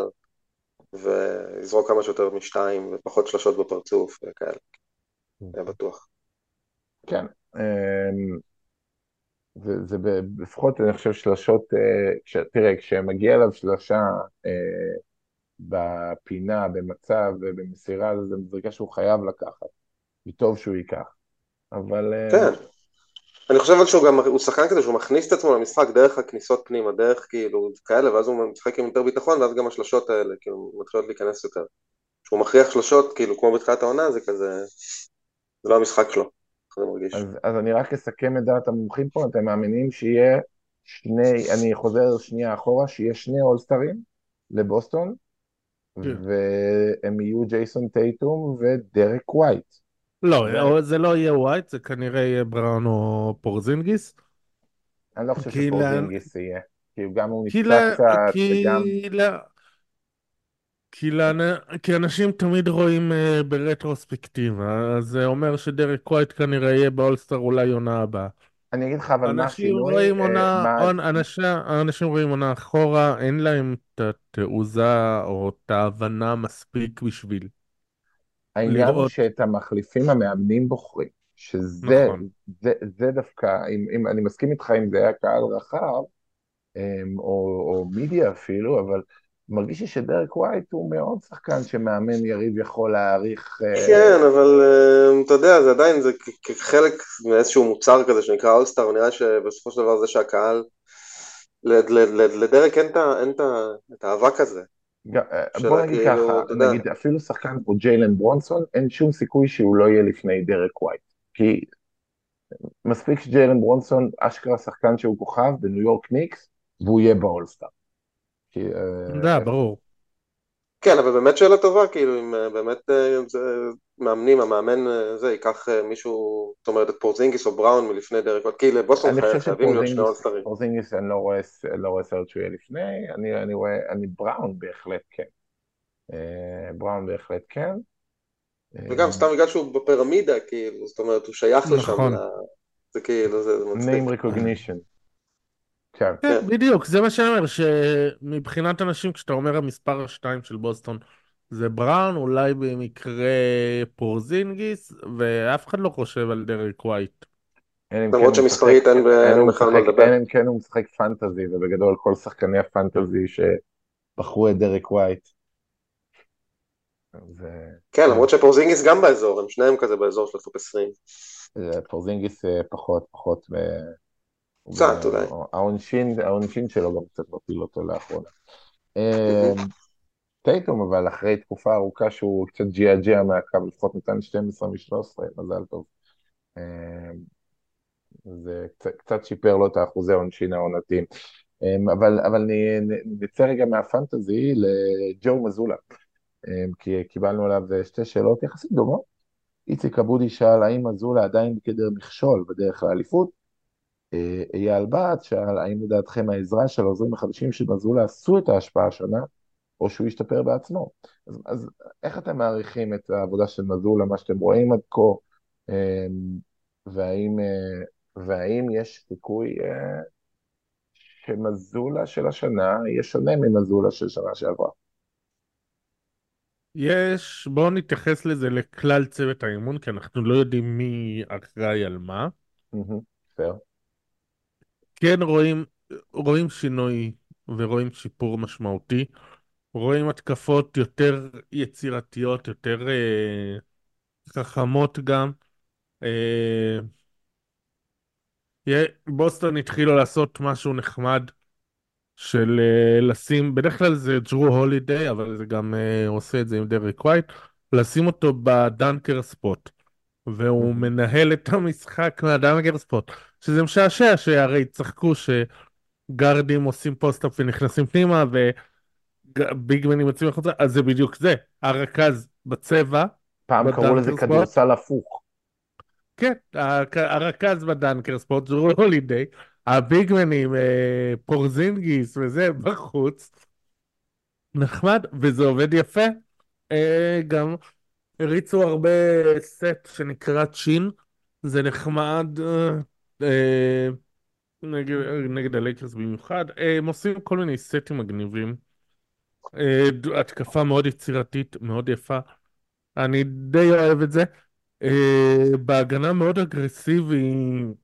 ויזרוק כמה שיותר משתיים, ופחות שלשות בפרצוף וכאלה, היה בטוח. כן. אמ, זה, זה ב- לפחות אני חושב שלשות, אה, כש, תראה, כשמגיע אליו שלושה אה, בפינה, במצב ובמסירה, זה זריקה שהוא חייב לקחת, וטוב שהוא ייקח. אבל אה, כן, אני חושב על שהוא גם, הוא שחקן כזה שהוא מכניס את עצמו למשחק דרך הכניסות פנימה, דרך כאילו כאלה, ואז הוא משחק עם יותר ביטחון, ואז גם השלשות האלה, כאילו, מתחילות להיכנס יותר. כשהוא מכריח שלשות, כאילו, כמו בתחילת העונה, זה כזה, זה לא המשחק שלו, איך זה מרגיש. אז, אז אני רק אסכם את דעת המומחים פה, אתם מאמינים שיהיה שני, אני חוזר שנייה אחורה, שיהיה שני אולסטרים לבוסטון, כן. והם יהיו ג'ייסון טייטום ודרק ווייט. לא, זה, או זה לא יהיה ווייט, זה כנראה יהיה בראון או פורזינגיס. אני לא חושב כי לאן... שפורזינגיס יהיה, כי גם הוא כי נפצע לאן... קצת, וגם, כי לאן... כי, לאן... כי אנשים תמיד רואים uh, ברטרוספקטיבה, אז זה אומר שדרק ווייט כנראה יהיה באולסטר אולי עונה הבאה. אני אגיד לך אבל מה אנשים השינוי, רואים אה, עונה, מה, עונה אנשים, אנשים רואים עונה אחורה, אין להם את התעוזה או את ההבנה מספיק בשביל העניין הוא לראות. שאת המחליפים המאמנים בוחרים, שזה נכון. זה, זה דווקא, אם, אם אני מסכים איתך אם זה היה קהל רחב, אמ, או, או מידיה אפילו, אבל מרגיש לי שדרק ווייט הוא מאוד שחקן שמאמן יריב יכול להעריך. אה, כן, אבל אה, אתה יודע, זה עדיין, זה כ- כחלק מאיזשהו מוצר כזה שנקרא אולסטאר, נראה שבסופו של דבר זה שהקהל, לד- לד- לד- לדרק אין את ה- אין את ה- את האבק הזה, ג- אה, של בוא נגיד ככה, כאילו, אתה יודע, נגיד אפילו שחקן כמו ג'יילן ברונסון, אין שום סיכוי שהוא לא יהיה לפני דרק ווייט. כי מספיק שג'יילן ברונסון אשכרה שחקן שהוא כוכב בניו יורק ניקס, והוא יהיה באולסטאר. כי, זה אה, ברור. כן, אבל באמת שאלה טובה, כאילו, אם אה, באמת אה, זה, מאמנים, המאמן אה, זה, ייקח אה, מישהו, זאת אומרת, את פורזינגיס או בראון מלפני דרק, כי לבוסטון אני חי- חושב חייבים להיות שני שפורזינגיס, אולסטרים, פורזינגיס אני לא רואה, לא רואה סרט שהוא יהיה לפני, אני, אני רואה, אני בראון בהחלט כן. אה, בראון בהחלט כן. וגם סתם בגלל שהוא בפירמידה, כאילו, זאת אומרת, הוא שייך לשם, ל... נכון. זה כאילו, זה, זה מצחיק, name recognition. כן. כן, כן. בדיוק, זה מה שאני אומר, שמבחינת אנשים, כשאתה אומר המספר השתיים של בוסטון זה בראון, אולי במקרה פורזינגיס, ואף אחד לא חושב על דרק ווייט. אלא אם כן למרות הוא משחק, שמספרית אין, אלא אין הוא בכלל מה משחק, לדבר. אלא אם כן הוא משחק פנטזי, ובגדול כל שחקני הפנטזי שבחרו את דרק ווייט. אז כן, כן, למרות שפורזינגיס גם באזור, הם שניהם כזה באזור של הטופ עשרים. זה פורזינגיס אה, פחות, פחות, ו- הוא גם, קצת אולי. העונשין, העונשין שלו גם קצת מפיל אותו לאחרונה. אה, טייטום, אבל אחרי תקופה ארוכה שהוא קצת ג'יע-ג'יע מהקו, לפחות נתן שתים עשרה מ-שלוש עשרה, מזל טוב. אה, זה קצת, קצת שיפר לו את האחוזי העונשין העונתיים. אמ, אבל, אבל נ- נ- נצא רגע מהפנטזי לג'ו מזולה, אמ, כי קיבלנו עליו שתי שאלות יחסית דומות. איציק אבודי שאל האם מזולה עדיין בגדר מכשול בדרך לאליפות. אה, אייל בת שאל האם לדעתכם העזרה של העוזרים החדשים של מזולה עשו את ההשפעה השנה, או שהוא ישתפר בעצמו. אז, אז איך אתם מעריכים את העבודה של מזולה, מה שאתם רואים עד כה, אמ, והאם, אה, והאם יש סיכוי אה, שמזולה של השנה יהיה שונה ממזולה של שנה שעברה? יש, בואו נתייחס לזה לכלל צוות האימון, כי אנחנו לא יודעים מי אחראי על מה. מהמם, פייר. כן רואים, רואים שינוי ורואים שיפור משמעותי. רואים התקפות יותר יצירתיות, יותר אה, חכמות גם. אה, יה- בוסטון התחילו לעשות משהו נחמד של אה, לשים, בדרך כלל זה ג'רו הולידיי, אבל זה גם אה, עושה את זה עם דרק ווייט, לשים אותו בדנקר ספוט, והוא מהמם. מנהל את המשחק מהדנקר ספוט, שזה משעשע שהרי צחקו שגארדים עושים פוסט-אפ ונכנסים פנימה וביגמנים יוצאים החוצה, אז זה בדיוק זה, הרכז בצבע, פעם קראו לזה בדנקר ספוט, כדורסל הפוך. כן, הק- הרכז בדנקר ספורט, ג'רו הולידיי, הביגמנים, אה, פורזינגיס וזה בחוץ, נחמד, וזה עובד יפה. אה, גם הריצו הרבה סט שנקרא צ'ין, זה נחמד, אה, אה, נגד, נגד הלייקרס במיוחד. אה, הם עושים כל מיני סטים מגניבים. אה, ד- התקפה מאוד יצירתית, מאוד יפה. אני די אוהב את זה. אה, בהגנה מאוד אגרסיבי,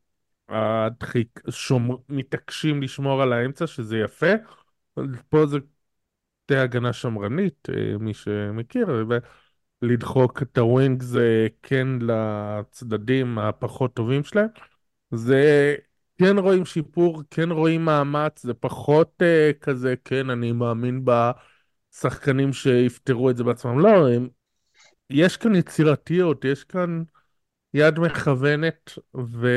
הדחיק, שומר, מתעקשים לשמור על האמצע, שזה יפה. פה זה די הגנה שמרנית, אה, מי שמכיר, ולדחוק את הווינג זה כן לצדדים הפחות טובים שלהם. זה כן רואים שיפור, כן רואים מאמץ, זה פחות אה, כזה, כן, אני מאמין בשחקנים שיפתרו את זה בעצמם. לא, הם, יש כאן יצירתיות, יש כאן יד מכוונת, ו...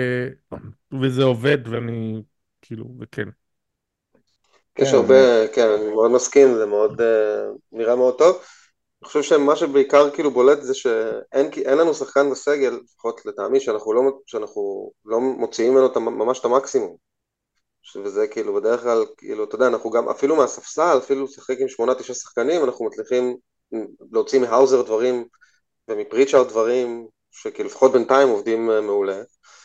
וזה עובד, ואני, כאילו, וכן. יש כן, הרבה, כן, אני מאוד מסכים, זה מאוד, אה, נראה מאוד טוב. אני חושב שמה שבעיקר כאילו בולט זה שאין אין לנו שחקן בסגל, לפחות לטעמי, שאנחנו לא, שאנחנו לא מוציאים ממנו את המ- ממש את המקסימום. וזה כאילו בדרך כלל, כאילו, אתה יודע, אנחנו גם, אפילו מהספסל, אפילו לשחק עם שמונה, תשעה שחקנים, אנחנו מצליחים להוציא מהאוזר דברים ומפריצ'ארד דברים שכאילו לפחות בינתיים עובדים אה, מעולה.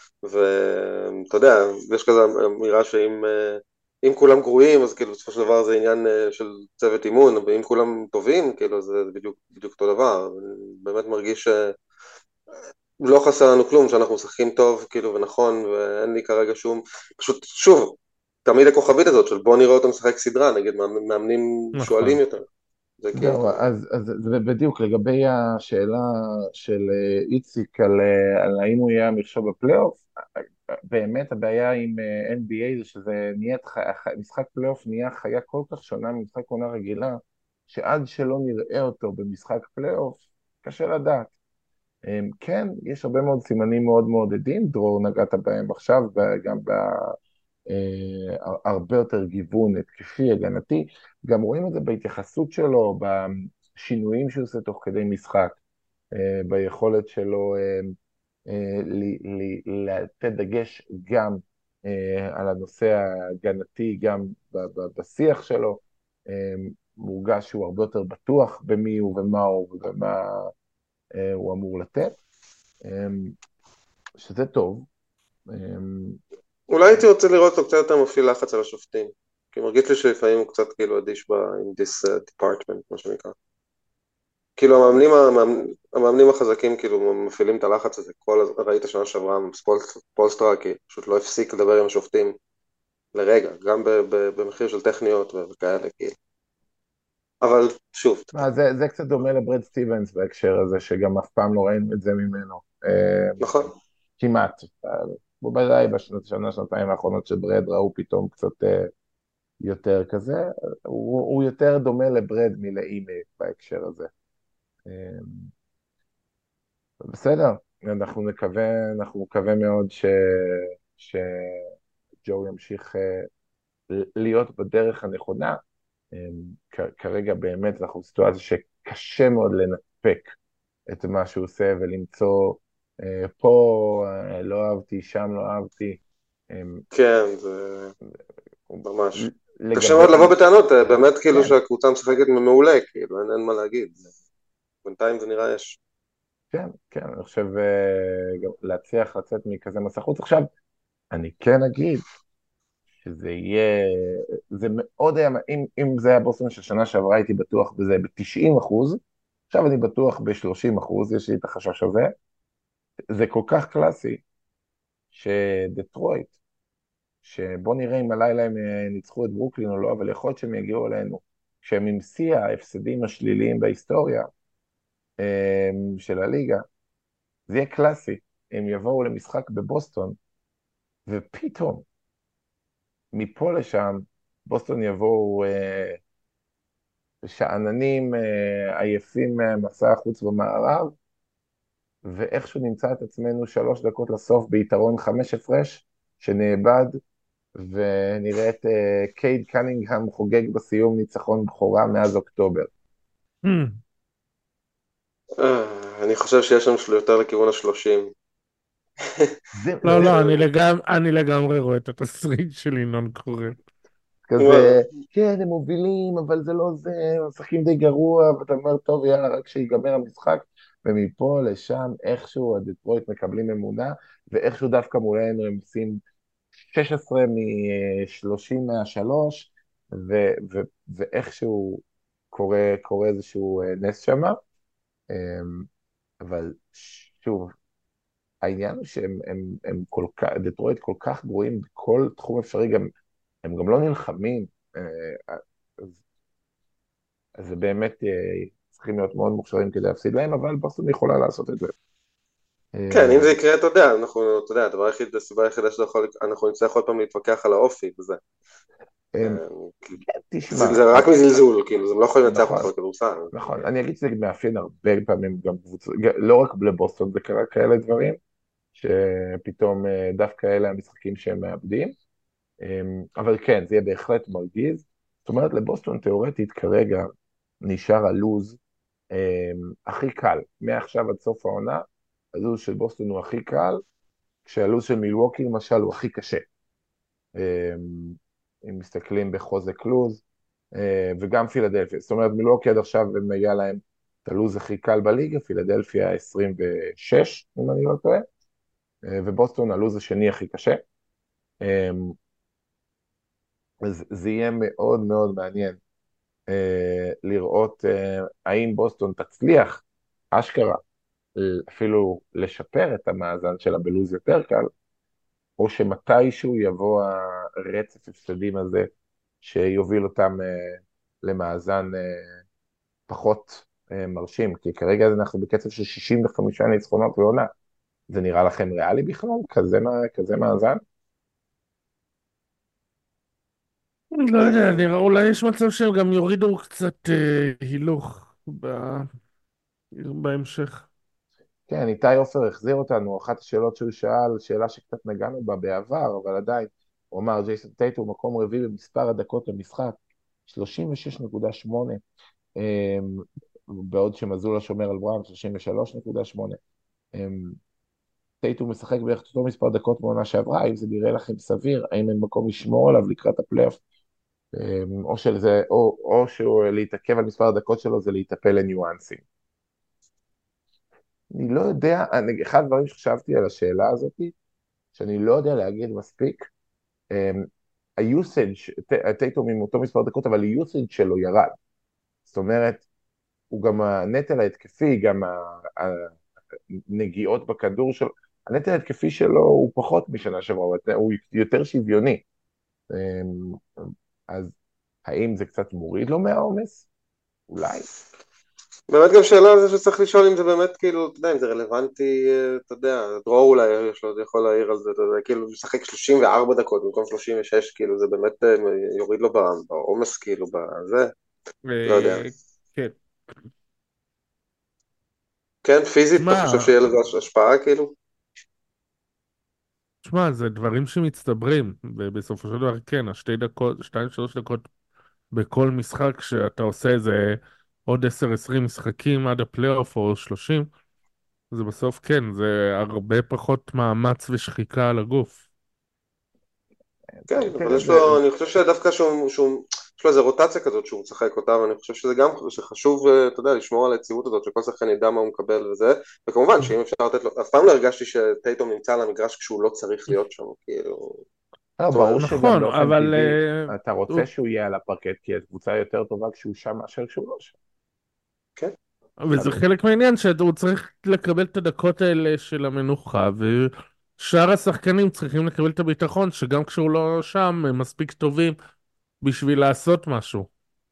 ואתה יודע, יש כזה אמירה שאם אה, אם כולם גרועים, אז כאילו בסופו של דבר זה עניין אה, של צוות אימון, ואם כולם טובים, כאילו זה בדיוק, בדיוק אותו דבר. אני באמת מרגיש שלא חסר לנו כלום, שאנחנו משחקים טוב, כאילו, ונכון, ואין לי כרגע שום, פשוט, שוב, תמיד הכוכבית הזאת של בוא נראה אותו משחק סדרה נגד מאמנים נכון. שואלים יותר. זה כאילו, זהו, אז, אז זה בדיוק לגבי השאלה של אה, איציק על, אה, על האם הוא יהיה המכשול בפלייאוף. באמת הבעיה עם אה, אן בי איי זה שזה נהיה, משחק פלייאוף נהיה חיה כל כך שונה ממשחק עונה רגילה, שעד שלא נראה אותו במשחק פלייאוף, קשה לדעת. אמ, כן, יש הרבה מאוד סימנים מאוד מעודדים, דרור נגעת בהם עכשיו, וגם בהרבה יותר גיוון התקפי, הגנתי, גם רואים את זה בהתייחסות שלו, בשינויים שהוא עושה תוך כדי משחק, אה, ביכולת שלו אה, אה, ל- ל- לתת דגש גם אה, על הנושא ההגנתי, גם ב- ב- בשיח שלו, אה, מורגש שהוא הרבה יותר בטוח במי הוא ומה הוא ומה אה, הוא אמור לתת. אמ, שזה טוב. אמ, אולי הייתי רוצה לראות אותו קצת יותר מפעיל לחץ על השופטים, כי מרגיש לי שלפעמים הוא קצת כאילו אדיש ב- in this uh, department, מה שנקרא. כאילו המאמנים, המאמנים, המאמנים החזקים כאילו מפעילים את הלחץ הזה, כל, הז- ראית שנה שעברה, פולס- פולסטרה כי פשוט לא הפסיק לדבר עם השופטים לרגע, גם ב- ב- במחיר של טכניות וכאלה כאילו. אבל שוב, מה, זה, זה קצת דומה לברד סטיבנס בהקשר הזה, שגם אף פעם לא ראינו את זה ממנו. אמ, נכון. כמעט. בוודאי בשנה, שנה, שנתיים האחרונות של ברד ראו פתאום קצת אה, יותר כזה. הוא, הוא יותר דומה לברד מלאימי בהקשר הזה. אמ, בסדר, אנחנו נקווה, אנחנו נקווה מאוד ש, שג'ו ימשיך אה, להיות בדרך הנכונה. אמ, כ- כרגע באמת אנחנו בסיטואציה שקשה מאוד לנפק את מה שהוא עושה ולמצוא אה, פה אה, לא אהבתי, שם לא אהבתי. אמ, כן, זה ממש. קשה לגבי, מאוד לבוא בטענות, באמת כאילו כן, שהקבוצה משחקת מעולה, כאילו אין, אין מה להגיד. בינתיים זה נראה יש. כן, כן, אני חושב אה, גם להצליח לצאת מכזה מסע חוץ. עכשיו, אני כן אגיד שזה יהיה, זה מאוד היה, אם, אם זה היה בוסטון של שנה שעברה הייתי בטוח בזה ב-תשעים אחוז, עכשיו אני בטוח ב-שלושים אחוז, יש לי את החשש הזה. זה כל כך קלאסי שדטרויט, שבוא נראה אם הלילה הם אה, ניצחו את ברוקלין או לא, אבל יכול להיות שהם יגיעו אלינו, כשהם עם שיא ההפסדים השליליים בהיסטוריה אה, של הליגה, זה יהיה קלאסי, הם יבואו למשחק בבוסטון, ופתאום, מפה לשם, בוסטון יבואו אה, שאננים אה, עייפים ממסע החוץ במערב, ואיכשהו נמצא את עצמנו שלוש דקות לסוף ביתרון חמש הפרש, שנאבד, ונראה את אה, קייד קנינגהם חוגג בסיום ניצחון בכורה מאז אוקטובר. Hmm. אה, אני חושב שיש שם של- יותר לכיוון השלושים. זה, לא, זה לא, אני לגמרי, אני לגמרי רואה את התסריט של ינון קורא. וואלה. כזה, כן, הם מובילים, אבל זה לא זה, הם משחקים די גרוע, ואתה אומר, טוב, יאללה, רק שיגמר המשחק, ומפה לשם, איכשהו הדטרויט מקבלים אמונה, ואיכשהו דווקא מולנו הם עושים שש עשרה מ-שלושים מהשלוש, ו- ו- ואיכשהו קורה, קורה איזשהו אה, נס שמה, אמ, אבל שוב, העניין הוא שהם הם, הם כל כך, דטרויט כל כך גרועים בכל תחום אפשרי, גם, הם גם לא נלחמים, אה, אז, אז זה באמת אה, צריכים להיות מאוד מוכשרים כדי להפסיד להם, אבל בוסטון יכולה לעשות את זה. כן, אם אמ, זה יקרה, אתה יודע, אנחנו, אתה יודע, הדבר היחיד, הסיבה היחידה שאתה יכול, אנחנו נצטרך עוד פעם להתווכח על האופי וזה. אמ, כי כן, זה, תשמע, זה רק מזלזול, כאילו, הם לא יכולים לנצח אותך נכון, בכדורסל. נכון, אני אגיד שזה מאפיין הרבה פעמים גם קבוצות, לא רק לבוסטון זה קרה כאלה דברים, שפתאום אה, דווקא אלה המשחקים שהם מאבדים, אמ, אבל כן, זה יהיה בהחלט מרגיז. זאת אומרת, לבוסטון תיאורטית כרגע נשאר הלוז אמ, הכי קל, מעכשיו עד סוף העונה, הלוז של בוסטון הוא הכי קל, כשהלוז של מילווקי למשל הוא הכי קשה. אמ, אם מסתכלים בחוזק לוז, אה, וגם פילדלפיה, זאת אומרת מילווקי עד עכשיו הם היה להם את הלוז הכי קל בליגה, פילדלפיה עשרים ושש, אם אני לא טועה, אה, ובוסטון הלוז השני הכי קשה. אמ, אז זה יהיה מאוד מאוד מעניין אה, לראות אה, האם בוסטון תצליח, אשכרה, אפילו לשפר את המאזן שלה בלוז יותר קל, או שמתישהו יבוא הרצף הפסדים הזה, שיוביל אותם אה, למאזן אה, פחות אה, מרשים, כי כרגע אנחנו בקצב של שישים וחמישה ניצחונות ועונה. זה נראה לכם ריאלי בכלל? כזה, כזה מאזן? לא יודע, נראה, אולי יש מצב שהם גם יורידו קצת אה, הילוך ב... בהמשך. כן, איתי עופר החזיר אותנו, אחת השאלות שהוא שאל, שאלה שקצת נגענו בה בעבר, אבל עדיין, הוא אמר, ג'ייסון טייטום הוא מקום רביעי במספר הדקות למשחק, שלושים ושש נקודה שמונה, אמ, בעוד שמזולה שומר על בראון, שלושים ושלוש נקודה שמונה. אמ, טייטום משחק בערך אותו מספר דקות בעונה שעברה, האם זה נראה לכם סביר, האם אין מקום לשמור עליו לקראת הפלייאוף, אמ, או, שזה, או, או שהוא להתעכב על מספר הדקות שלו זה להיטפל לניואנסים. אני לא יודע, אני, אחד הדברים שחשבתי על השאלה הזאת, שאני לא יודע להגיד מספיק, היוסאג', טייטום עם אותו מספר דקות, אבל היוסאג' שלו ירד. זאת אומרת, הוא גם הנטל ההתקפי, גם הנגיעות בכדור שלו, הנטל ההתקפי שלו הוא פחות משנה שעברה, הוא יותר שוויוני. אמ, אז האם זה קצת מוריד לו מהעומס? אולי. באמת גם שאלה על זה שצריך לשאול אם זה באמת, כאילו, אתה יודע, אם זה רלוונטי, אה, אתה יודע, דרור אולי יש לו, יכול להעיר על זה, אתה יודע, כאילו, לשחק שלושים וארבע דקות במקום שלושים ושש, כאילו, זה באמת אה, יוריד לו בעומס, כאילו, בזה, לא יודע. אה, כן. כן, פיזית, אתה חושב שמע, שיהיה לזה השפעה, כאילו? שמע, זה דברים שמצטברים, ובסופו של דבר, כן, השתי דקות, שתיים, שלוש דקות בכל משחק, שאתה עושה איזה עוד עשר עשרים משחקים עד הפלייאוף או שלושים, זה בסוף כן, זה הרבה פחות מאמץ ושחיקה על הגוף. כן, אבל תראה, יש זה, לו, אני חושב שדווקא שהוא, שהוא, יש לו איזו רוטציה כזאת שהוא משחק אותה, ואני חושב שזה גם, שחשוב, אה, אתה יודע, לשמור על היציבות הזאת, שכל שחקן ידע מה הוא מקבל וזה, וכמובן שאם אפשר לתת לו, אף פעם לא הרגשתי שטייטום נמצא על המגרש כשהוא לא צריך להיות שם, כאילו, לא, זאת אומרת, ברור שגם נכון, באופן אבל טבעי, אה, אתה רוצה הוא- שהוא יהיה על הפרקט, כי הקבוצה יותר טובה כשהוא שם מאשר כשהוא לא שם. כן, אבל חד זה משמעית. חלק מהעניין שהוא צריך לקבל את הדקות האלה של המנוחה, ושאר השחקנים צריכים לקבל את הביטחון שגם כשהוא לא שם הם מספיק טובים בשביל לעשות משהו.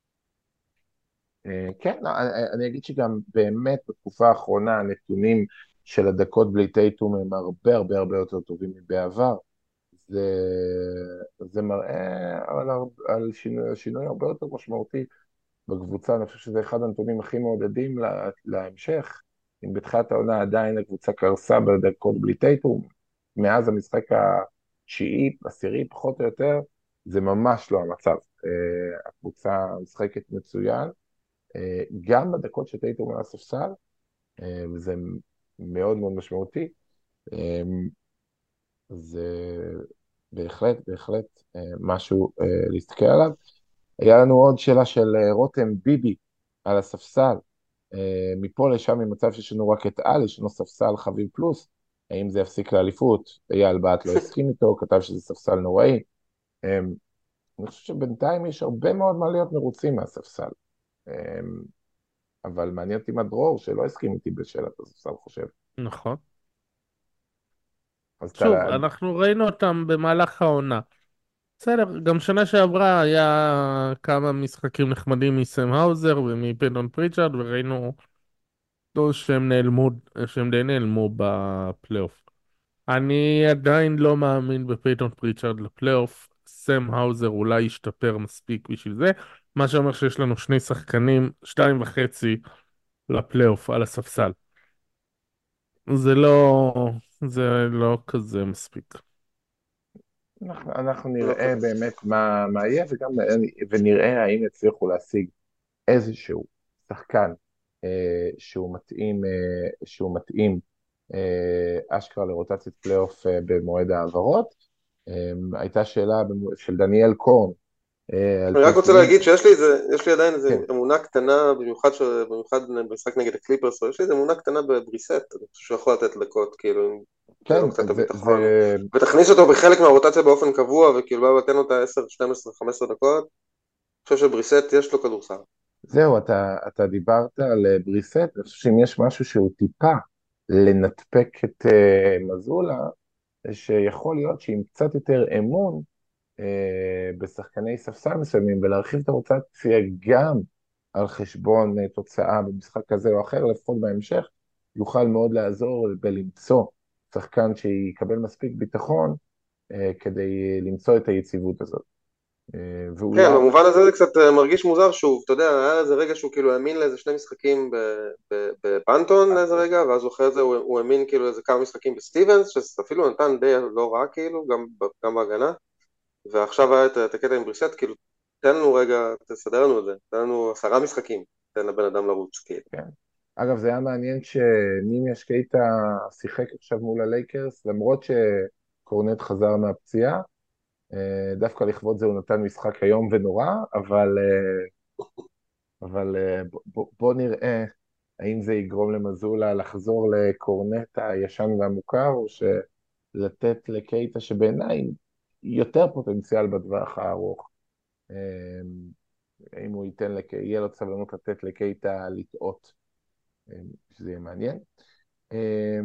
אה, כן, לא, אני אני אגיד שגם באמת בתקופה האחרונה הנתונים של הדקות בלי טייטום הם הרבה הרבה הרבה יותר טובים מבעבר. זה, זה מראה על, הר- על שינוי, שינוי הרבה יותר משמעותי בקבוצה. אני חושב שזה אחד הנתונים הכי מעודדים לה, להמשך. אם בתחילת העונה עדיין הקבוצה קרסה בדקות בלי טייטום, מאז המשחק התשיעי, עשירי פחות או יותר, זה ממש לא המצב. אה, הקבוצה משחקת מצוין. אה, גם בדקות שטייטום על הספסל, אה, וזה מאוד מאוד משמעותי, אמ, זה בהחלט, בהחלט אה, משהו אה, להסתכל עליו. היה לנו עוד שאלה של אה, רותם ביבי על הספסל. אה, מפה לשם ממצב שיש לנו רק את על, יש לנו ספסל חביב פלוס, האם זה יפסיק לאליפות? אייל בת לא הסכים איתו, כתב שזה ספסל נוראי. אה, אני חושב שבינתיים יש הרבה מאוד מה להיות מרוצים מהספסל. אה, אבל מעניין אותי מה דרור, שלא הסכים איתי בשאלת הספסל חושב. נכון. אז אתה... שוב, אנחנו ראינו אותם במהלך העונה. בסדר, גם שנה שעברה היה כמה משחקים נחמדים מסם האוזר ומפנדון פריצ'ארד, וראינו לא שהם נעלמו, שהם די נעלמו בפלייאוף. אני עדיין לא מאמין בפייתון פריצ'ארד לפלייאוף. סם האוזר אולי ישתפר מספיק בשביל זה, מה שאומר שיש לנו שני שחקנים, שתיים וחצי לפלייאוף על הספסל. זה לא, זה לא כזה מספיק. אנחנו, אנחנו לא נראה כזה. באמת מה, מה יהיה, וגם ונראה האם יצליחו להשיג איזשהו שחקן אה, שהוא מתאים, אה, שהוא מתאים אה, אשכרה לרוטציית פלייאוף אה, במועד העברות. אה, הייתה שאלה במו- של דניאל קורן אה, על אני רק רוצה פרסומים, להגיד שיש לי איזה, יש לי עדיין איזה כן, אמונה קטנה, במיוחד, ש... במיוחד במשחק נגד הקליפרס, יש לי איזה אמונה קטנה בבריסט, אני חושב שהוא יכול לתת דקות, כאילו, אם תן כן, לו קצת את זה, זה, הביטחון, ותכניס אותו בחלק מהרוטציה באופן קבוע, וכאילו, תן לו את ה-עשר, שתים עשרה, חמש עשרה דקות, אני חושב שבריסט יש לו כדורסל. זהו, אתה, אתה דיברת על אה, בריסט, אני חושב שאם יש משהו שהוא טיפה לנתפק את אה, מזולה, שיכול להיות שעם קצת יותר אמון אה, בשחקני ספסל מסוימים ולהרחיב את הרוטציה גם על חשבון אה, תוצאה במשחק כזה או אחר, לפחות בהמשך, יוכל מאוד לעזור בלמצוא שחקן שיקבל מספיק ביטחון אה, כדי למצוא את היציבות הזאת. אה, כן, ואולי, במובן הזה זה קצת אה, מרגיש מוזר שהוא, אתה יודע, היה איזה רגע שהוא כאילו האמין לאיזה שני משחקים ב- ב- בפנטון לאיזה רגע, ואז הוא אחרי זה הוא, הוא האמין כאילו איזה כמה משחקים בסטיבנס, שאפילו נתן די לא רע כאילו, גם, ב- גם בהגנה, ועכשיו היה את, את הקטע עם בריסט, כאילו, תן לנו רגע, תסדר לנו את זה, תן לנו עשרה משחקים, תן לבן אדם לרוץ, כאילו. כן. אגב, זה היה מעניין שנימיאש קייטה שיחק עכשיו מול הלייקרס, למרות שקורנט חזר מהפציעה, אה, דווקא לכבוד זה הוא נתן משחק איום ונורא, אבל, אה, אבל אה, ב- ב- בוא נראה האם זה יגרום למזולה לחזור לקורנט הישן והמוכר, או שלתת לקייטה שבעיניי יותר פוטנציאל בטווח הארוך. אה, האם הוא ייתן, לק... יהיה לו סבלנות לתת לקייטה לטעות, אה, שזה יהיה מעניין. אה,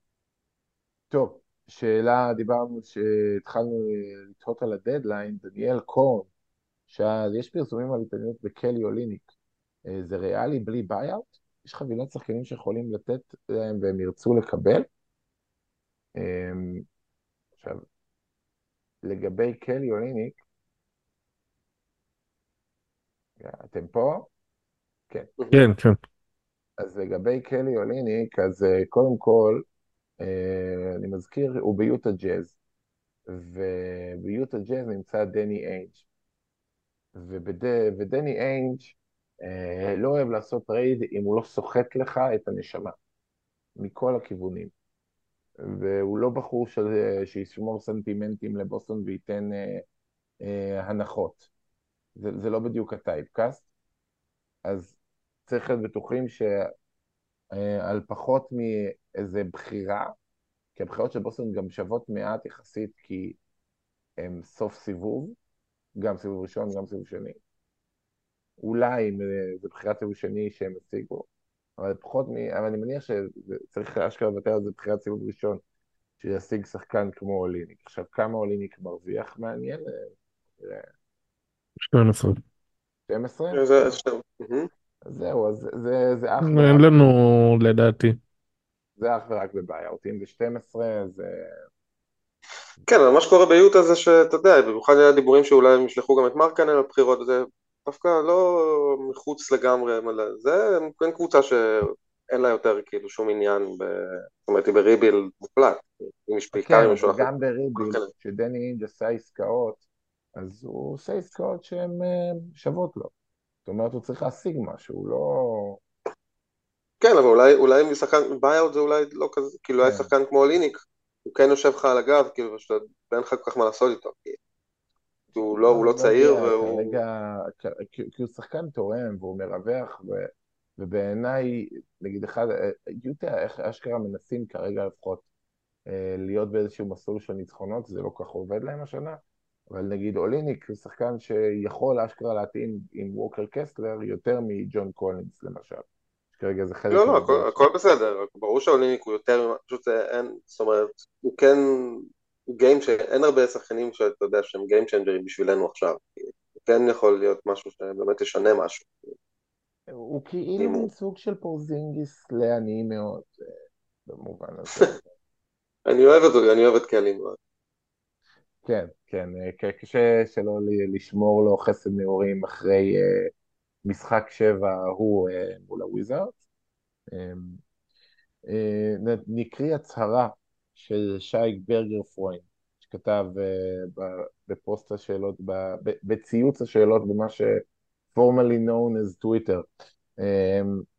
טוב, שאלה, דיברנו שהתחלנו לתהות על הדדליין, דניאל קורן, שאל, יש פרסומים על התעניינות בקלי אוליניק, אה, זה ריאלי בלי ביי-אוט? יש חבילת שחקנים שיכולים לתת להם והם ירצו לקבל? אה, עכשיו, לגבי קלי אוליניק, אתם פה? כן. מהמם. כן, כן. אז לגבי קלי אוליניק, אז אה, קודם כל, אה, אני מזכיר, הוא ביוטה ג'אז, וביוטה ג'אז נמצא דני איינג', ובד... ודני איינג' אה, לא אוהב לעשות טרייד אם הוא לא סוחט לך את הנשמה, מכל הכיוונים. והוא לא בחור ש... שישמור סנטימנטים לבוסטון וייתן אה, אה, הנחות. זה, זה לא בדיוק הטייפקאסט, אז צריך להיות בטוחים שעל פחות מאיזה בחירה, כי הבחירות של בוסטון גם שוות מעט יחסית, כי הם סוף סיבוב, גם סיבוב ראשון, גם סיבוב שני. אולי אם אה, זה בחירת סיבוב שני שהם השיגו, אבל פחות מ... אבל אני מניח שצריך אשכרה לוותר על זה בחירת סיבוב ראשון, שישיג שחקן כמו אוליניק. עכשיו, כמה אוליניק מרוויח מעניין? אה, שתים עשרה. שתים עשרה? זה, זה שם. מהמם. אז זהו, אז זה, זה אך אין ורק, לנו, לדעתי. זה אך ורק בביי-אוט. אם זה שתים עשרה, זה... כן, אבל מה שקורה ביוטה זה שאתה יודע, במיוחד היה דיבורים שאולי הם ישלחו גם את מרקנן על בחירות, וזה דווקא לא מחוץ לגמרי, אבל זה כן קבוצה שאין לה יותר כאילו שום עניין, ב... זאת אומרת היא בריביל מוחלט, אם יש בעיקר כן, אם היא אבל שולחת גם בריביל, מרקנן. כשדני אינג' עשה עסקאות, אז הוא עושה עסקאות שהן אה, שוות לו. זאת אומרת, הוא צריך להשיג משהו, הוא לא... כן, אבל אולי, אולי משחקן, ביי-אוט זה אולי לא כזה, כאילו היה כן. שחקן כמו אוליניק, הוא כן יושב לך על הגב, כאילו, ואין לך כל כך מה לעשות איתו, כי הוא לא, הוא לא, לא לא צעיר, יודע, והוא... כרגע, כי כי הוא שחקן תורם והוא מרווח, ו, ובעיניי, נגיד אחד, יוטה, איך אשכרה מנסים כרגע לפחות אה, להיות באיזשהו מסלול של ניצחונות, זה לא כל כך עובד להם השנה, אבל נגיד אוליניק הוא שחקן שיכול אשכרה להתאים עם ווקר קסלר יותר מג'ון קולינס למשל. כרגע זה חלק לא, לא, הכל, מהדעה שלי. הכל בסדר, ברור שהאוליניק הוא יותר, פשוט זה אין, זאת אומרת, הוא כן, הוא גיים, שאין הרבה שחקנים שאתה יודע שהם גיים צ'יינג'רים בשבילנו עכשיו, הוא כן יכול להיות משהו שבאמת ישנה משהו, הוא כאילו אם מין הוא... סוג של פורזינגיס לעני מאוד, אה, במובן הזה. אני אוהב אותו, אני אוהב את קלי מאוד. כן, כן, אה, ק- קשה שלא ל- לשמור לו חסד נעורים אחרי אה, משחק שבע הוא אה, מול הוויזארדס. אה, אה, נ- נקריא הצהרה של שי ברגר פרוין, שכתב אה, ב- בפוסט השאלות, ב- ב- בציוץ השאלות במה ש- formerly known as Twitter. אה,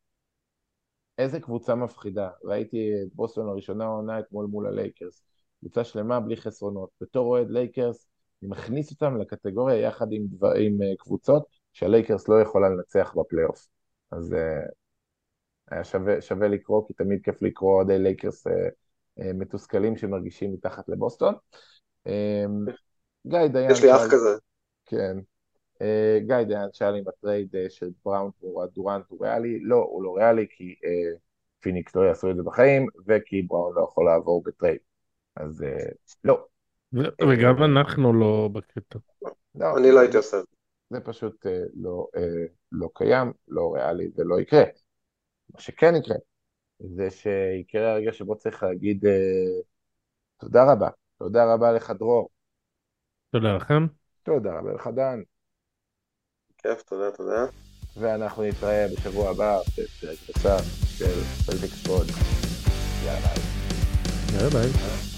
איזה קבוצה מפחידה. ראיתי את בוסטון הראשונה העונה אתמול מול הלייקרס. קבוצה שלמה בלי חסרונות. בתור אוהד לייקרס, אני מכניס אותם לקטגוריה יחד עם, דבר, עם uh, קבוצות שהלייקרס לא יכולה לנצח בפלייאוף. אז uh, היה שווה, שווה לקרוא, כי תמיד כיף לקרוא אוהדי לייקרס uh, uh, מתוסכלים שמרגישים מתחת לבוסטון. Um, גיא יש דיין לי אח שאל, כזה. כן, Uh, גיא דיין שאל אם הטרייד uh, של בראון תמורת דורנט הוא ריאלי. לא, הוא לא ריאלי, כי uh, פיניקס לא יעשו את זה בחיים, וכי בראון לא יכול לעבור בטרייד. אז uh, לא. ו- Uh, וגם אנחנו לא בקטע. לא, אני לא זה, הייתי זה, עושה את זה. זה פשוט uh, לא, uh, לא קיים, לא ריאלי ולא יקרה. מה שכן יקרה, זה שיקרה הרגע שבו צריך להגיד uh, תודה רבה. תודה רבה לך דרור. תודה לכם. תודה רבה לך דן. כיף, תודה, תודה. ואנחנו נתראה בשבוע הבא בפרק נוסף של פלטיקס פוד. יאללה ביי. יאללה ביי.